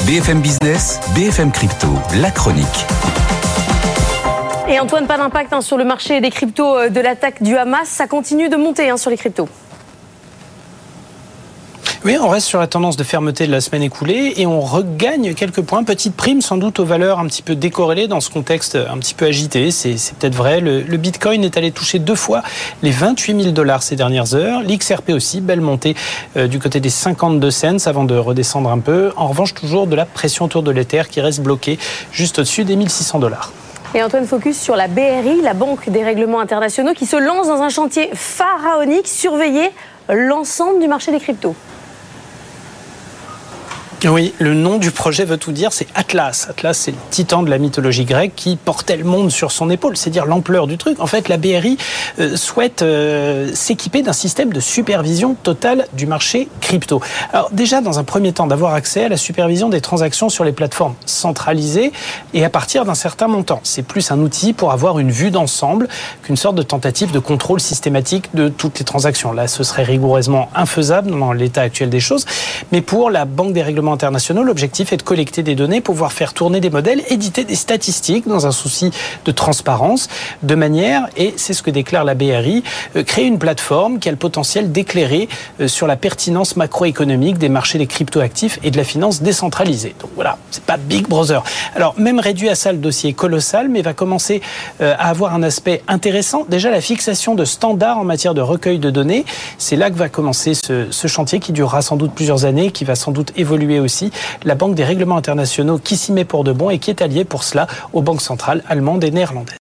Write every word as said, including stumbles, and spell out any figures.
B F M Business, B F M Crypto, la chronique. Et Antoine, pas d'impact hein, sur le marché des cryptos de l'attaque du Hamas. Ça continue de monter hein, sur les cryptos. Oui, on reste sur la tendance de fermeté de la semaine écoulée et on regagne quelques points. Petite prime sans doute aux valeurs un petit peu décorrélées dans ce contexte un petit peu agité. C'est, c'est peut-être vrai. Le, le Bitcoin est allé toucher deux fois les vingt-huit mille dollars ces dernières heures. L'X R P aussi, belle montée euh, du côté des cinquante-deux cents avant de redescendre un peu. En revanche, toujours de la pression autour de l'Ether qui reste bloquée juste au-dessus des mille six cents dollars. Et Antoine, focus sur la B R I, la Banque des règlements internationaux, qui se lance dans un chantier pharaonique, surveiller l'ensemble du marché des cryptos. Oui, le nom du projet veut tout dire, c'est Atlas. Atlas, c'est le titan de la mythologie grecque qui portait le monde sur son épaule, c'est dire l'ampleur du truc. En fait, la B R I euh, souhaite euh, s'équiper d'un système de supervision totale du marché crypto. Alors déjà, dans un premier temps, d'avoir accès à la supervision des transactions sur les plateformes centralisées et à partir d'un certain montant. C'est plus un outil pour avoir une vue d'ensemble qu'une sorte de tentative de contrôle systématique de toutes les transactions. Là, ce serait rigoureusement infaisable dans l'état actuel des choses. Mais pour la Banque des règlements internationaux, l'objectif est de collecter des données, pouvoir faire tourner des modèles, éditer des statistiques dans un souci de transparence, de manière, et c'est ce que déclare la B R I, euh, créer une plateforme qui a le potentiel d'éclairer euh, sur la pertinence macroéconomique des marchés des cryptoactifs et de la finance décentralisée. Donc voilà, c'est pas Big Brother. Alors même réduit à ça, le dossier est colossal, mais va commencer euh, à avoir un aspect intéressant. Déjà la fixation de standards en matière de recueil de données, c'est là que va commencer ce, ce chantier qui durera sans doute plusieurs années, qui va sans doute évoluer aussi. La Banque des règlements internationaux qui s'y met pour de bon et qui est alliée pour cela aux banques centrales allemandes et néerlandaises.